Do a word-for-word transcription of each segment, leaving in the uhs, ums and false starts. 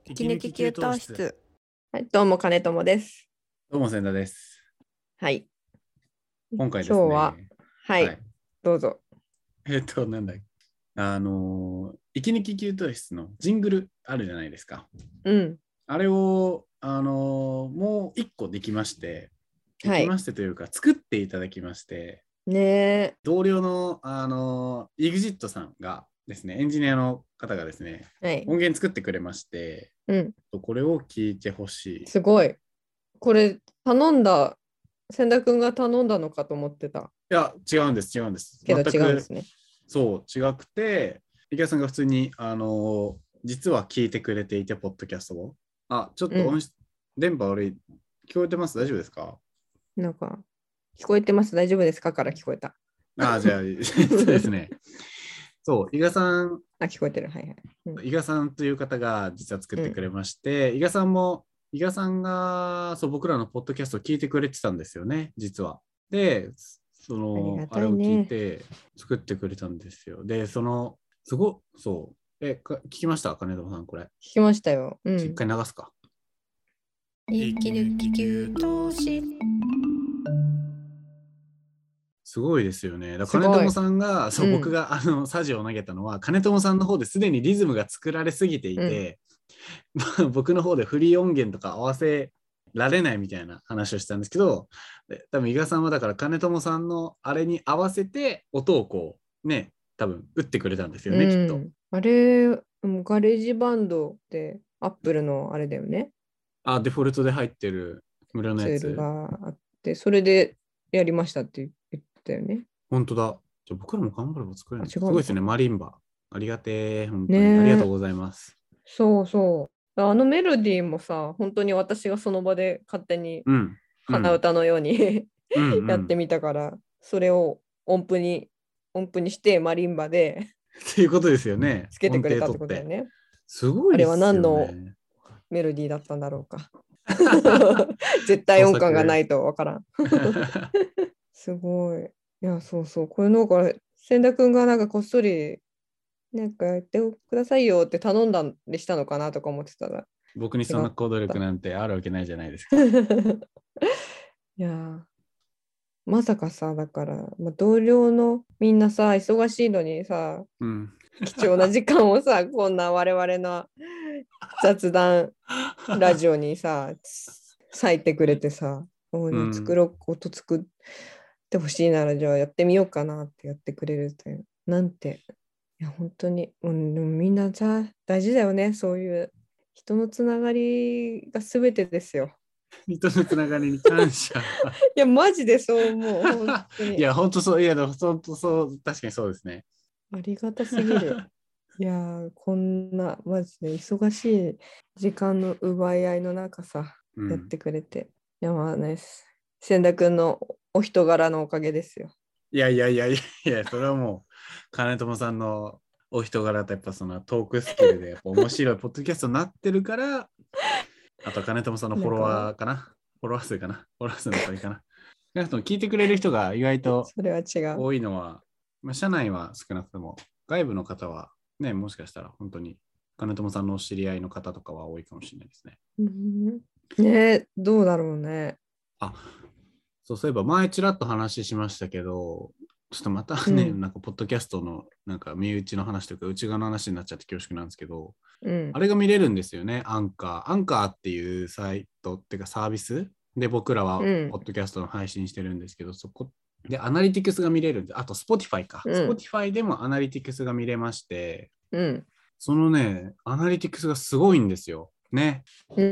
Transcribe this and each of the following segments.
息抜き給湯室。はい、どうも金友です。 どうも千田です。 はい。 今回ですね。 今日は、はい、はい、どうぞ。 えっと、なんだあのー、息抜き給湯室のジングルあるじゃないですか。 うん。 あれを、あのー、もう一個できまして、できましてというか、はい、作っていただきまして、 ね、 同僚の、あのー、イグジットさんがですね、エンジニアの方がですね、はい、音源作ってくれまして、うん、これを聞いてほしい。 すごい。これ頼んだ、千田君が頼んだのかと思ってた。 いや、違うんです、違うんです。 けど違うんですね。 そう、違くて、池谷さんが普通に、あのー、実は聞いてくれていて、ポッドキャストを。あ、ちょっと音、うん、電波悪い。聞こえてます？大丈夫ですか？ なんか、聞こえてます？大丈夫ですかから聞こえた。 あ、じゃあ、そうですね。そう、伊賀さん、 あ、聞こえてる。はいはい。 うん、伊賀さんという方が実は作ってくれまして、うん、伊賀さんも、伊賀さんがそう僕らのポッドキャストを聞いてくれてたんですよね、実は。で、その あ, あれを聞いて作ってくれたんですよ。で、その、すごそう。え、聞きました金友さん、これ。 聞きましたよ。うん、 一回流すか。 息抜き給湯室。 すごいですよね。だから金友さんが、そう、うん、僕があのサジを投げたのは、金友さんの方ですでにリズムが作られすぎていて、うん、僕の方でフリー音源とか合わせられないみたいな話をしたんですけど、多分伊賀さんはだから金友さんのあれに合わせて音をこうね、多分打ってくれたんですよね、うん、きっと。 あれ、ガレージバンドってアップルのあれだよね。 あ、デフォルトで入ってる無料のやつ。 ツールがあって、それでやりましたって言ったよね。 本当だ。じゃ僕らも頑張れば作れる。すごいですね、マリンバ。ありがてえ、本当に、ね、ありがとうございます。 そうそう。あのメロディーもさ、本当に私がその場で勝手に鼻歌のように、うん、やってみたから、うんうん、それを音符に音符にしてマリンバでっていうことですよね。 つけてくれたってことだよね。 すごいですよね。 あれは何のメロディーだったんだろうか。絶対音感がないとわからん。すごい。いや、そうそう。これのから千田君がなんかこっそりなんかやってくださいよって頼んだりしたのかなとか思ってたら。 僕にそんな行動力なんてあるわけないじゃないですか。 いやまさかさ、だから、まあ、同僚のみんなさ、忙しいのにさ、うん、貴重な時間をさ、こんな我々の雑談ラジオにさ、割いてくれてさ、うん、作ろう、音作ってほしいなら、じゃあやってみようかなってやってくれるって、なんて。いや、本当に、うん、でもみんなさ、大事だよね、そういう人のつながりが全てですよ。 人のつながりに感謝。いや、マジでそう思う。本当にいや、本当そう、いや、本当そう、確かにそうですね。 ありがたすぎる。いや、こんな、マジで忙しい時間の奪い合いの中さ、うん、やってくれて。いや、まあね、千田君のお人柄のおかげですよ。 いやいやいやいやいや、それはもう、金友さんのお人柄とやっぱそのトークスキルでやっぱ面白いポッドキャストになってるから、あと金友さんのフォロワーかな、フォロワー数かな、フォロワー数の倍かな。少なくとも聞いてくれる人が意外と多いのは、まあ、社内は少なくとも、外部の方はね、もしかしたら本当に金友さんのお知り合いの方とかは多いかもしれないですね。 うん、ね、どうだろうね。 あ、そう、そういえば前ちらっと話しましたけど、ちょっとまたね、うん、なんかポッドキャストのなんか身内の話というか内側の話になっちゃって恐縮なんですけど、うん、あれが見れるんですよね、アンカー。アンカーっていうサイトっていうかサービスで僕らはポッドキャストの配信してるんですけど、うん、そこでアナリティクスが見れるんで、あと Spotify か。うん、Spotify でもアナリティクスが見れまして、うん、そのね、アナリティクスがすごいんですよ。ね。うん、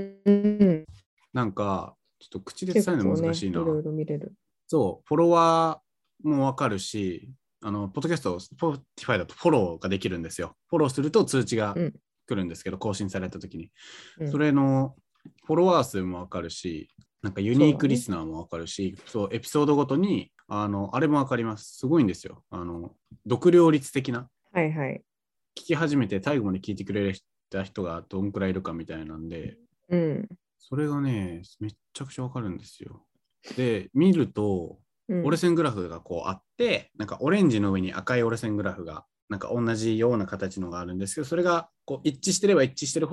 なんか、ちょっと口で伝えるの難しいな。 ね、いろいろ見れる。 そう、フォロワーもわかるし、あの、ポッドキャスト、Spotify だとフォローができるんですよ。フォローすると通知が来るんですけど、うん、更新されたときに、うん。それのフォロワー数もわかるし、なんかユニークリスナーもわかるし、そう、ね、そうエピソードごとに、あの、あれもわかります。すごいんですよ。あの、読量率的な。 はいはい。 聞き始めて最後まで聞いてくれた人がどんくらいいるかみたいなんで、うん。それがね、めっちゃくちゃわかるんですよ。で、見ると、折れ線グラフがこうあって、うん、なんかオレンジの上に赤い折れ線グラフがなんか同じような形のがあるんですけど、それがこう一致してれば一致してるほど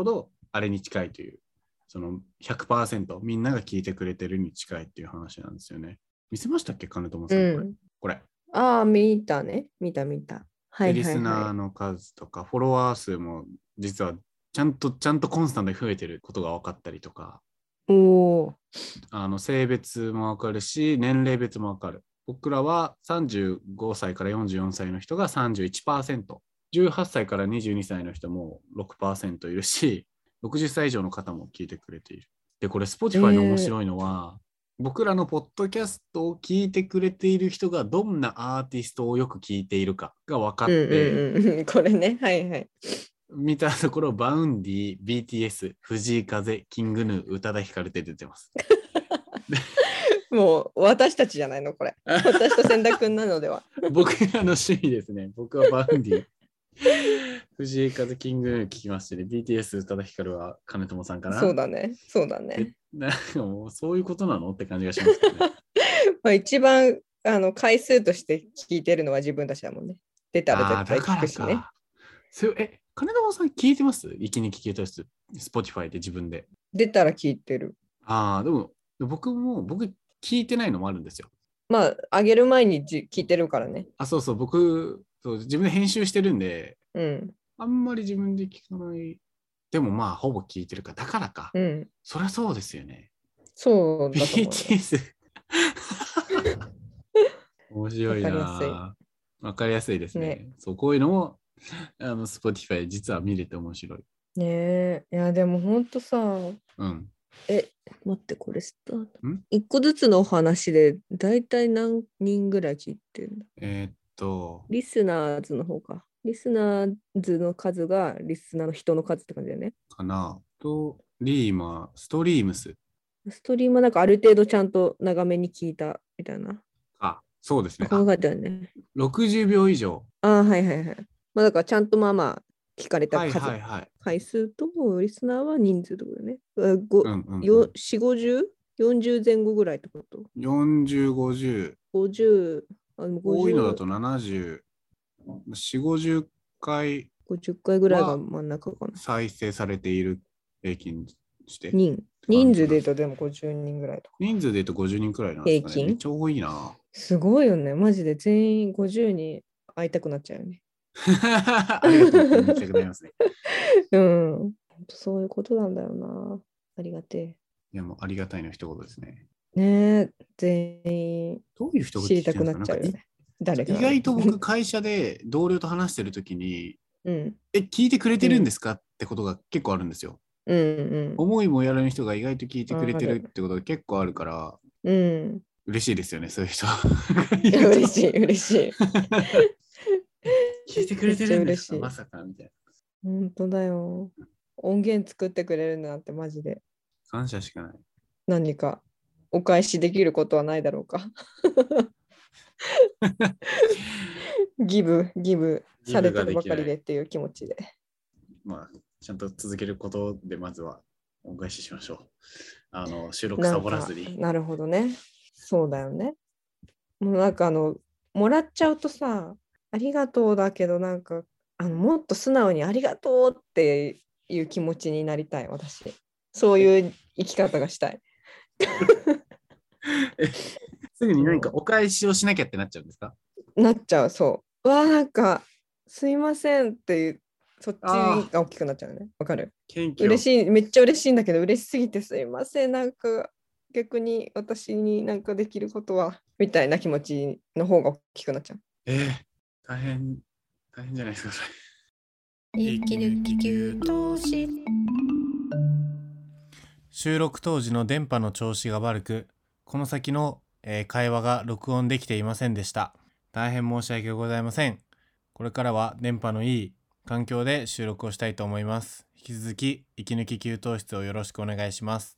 あれに近いという、その ひゃくパーセント みんなが聞いてくれてるに近いっていう話なんですよね。見せましたっけ、金友さん、これ。うん、これ。 ああ、見たね。見た見た。はいはいはい。 リスナーの数とか、フォロワー数も実はちゃんと、ちゃんとコンスタントに増えてることが分かったりとか、 おあの性別も分かるし、年齢別も分かる。僕らはさんじゅうごさいからよんじゅうよんさいの人が さんじゅういちパーセント、じゅうはっさいからにじゅうにさいの人も ろくパーセント いるし、ろくじゅっさい以上の方も聞いてくれている。で、これ Spotify の面白いのは、えー、僕らのポッドキャストを聞いてくれている人がどんなアーティストをよく聞いているかが分かって、 うんうんうん、これね、はいはい。 見たところ、バウンディ、ビーティーエス、藤井風、キングヌー、宇多田ヒカルって出てます。 もう私たちじゃないのこれ。私と千田君なのでは。 僕らの趣味ですね。僕はバウンディ、藤井風、キングヌー聞きましてね。ビーティーエス、宇多田ヒカルは金友さんかな。 そうだね。そうだね。 なんかもうそういうことなのって感じがしますけどね。 まあ一番あの回数として聞いてるのは自分たちだもんね。出たら絶対聞くしね。 そえ、金友さん聞いてます？息に聞きたいす。Spotify で自分で。 出たら聞いてる。 ああ、でも僕も、僕聞いてないのもあるんですよ。 まあ、上げる前にじ聞いてるからね。 あ、そうそう、僕、そう自分で編集してるんで、 うん、 あんまり自分で聞かない。でもまあ、ほぼ聞いてるから、だからか。 うん、 そりゃそうですよね。 そうだと思う、ね。 ビーティーエス 面白いな。わかりやすい。わかりやすいですね。ね、そう、こういうのも、あの、Spotify 実は見れて面白い。 ねえ、いや、でもほんとさ、 うん。 え、待って、これスタート。一個ずつのお話で、だいたい何人ぐらい聞いてるんだ？ えー、っと。 リスナーズの方か。リスナーズの数がリスナーの人の数って感じだよね。 かな。と、リーマー、ストリームス。 ストリームはなんかある程度ちゃんと長めに聞いたみたいな。 あ、そうですね。 こう書いてあるね。 ろくじゅうびょう以上。 ああ、はいはいはい。まあだからちゃんとまあまあ聞かれた数、 はいはいはい、 回数とリスナーは人数とかだね。ご、うんうんうん、よんじゅう、ごじゅう、よんじゅう前後ぐらいってこと？ よんじゅう、ごじゅう。 ごじゅう、あの多いのだとななじゅう、よんじゅう、ごじゅっかい。 ごじゅっかいぐらいが真ん中かな。 再生されている平均して。 人人数で言うとでもごじゅうにんぐらいとか。 人数で言うとごじゅうにんくらいなんですかね。平均めっちゃ多いな。 すごいよね。マジで全員ごじゅうに会いたくなっちゃうよね。 ありがとう。言いたくなりますね。 うん。そういうことなんだよな。ありがてえ。 いや、もうありがたいの一言ですね。 ねえ、全員どういう人が知りたくなっちゃうよね。 誰か。意外と僕、会社で同僚と話してるときに、 うん、 え、聞いてくれてるんですか、うん、ってことが結構あるんですよ。 うんうん、 思いもやらぬ人が意外と聞いてくれてるってことが結構あるから、 うん、 嬉しいですよね、そういう人。 いや嬉しい、嬉しい。 聞いてくれてるんですか、まさかみたいな。本当だよ。音源作ってくれるなんてマジで。 感謝しかない。 何かお返しできることはないだろうか。ギブ、ギブされてるばかりでっていう気持ちで。 まあ、ちゃんと続けることでまずはお返ししましょう。あの、収録サボらずに。 なるほどね。そうだよね。もうなんかあの、もらっちゃうとさ、ありがとうだけど、なんか、あのもっと素直にありがとうっていう気持ちになりたい、私。そういう生き方がしたい。 すぐに何かお返しをしなきゃってなっちゃうんですか？ なっちゃう、そう。わあ、なんか、すいませんっていう、そっちが大きくなっちゃうね。わかる？嬉しい、めっちゃ嬉しいんだけど、嬉しすぎてすいません、なんか、逆に私になんかできることは、みたいな気持ちの方が大きくなっちゃう。 えー、大変、大変じゃないですか、それ。 息抜き給湯室。収録当時の電波の調子が悪く、この先の、えー、会話が録音できていませんでした。大変申し訳ございません。これからは電波のいい環境で収録をしたいと思います。引き続き息抜き給湯室をよろしくお願いします。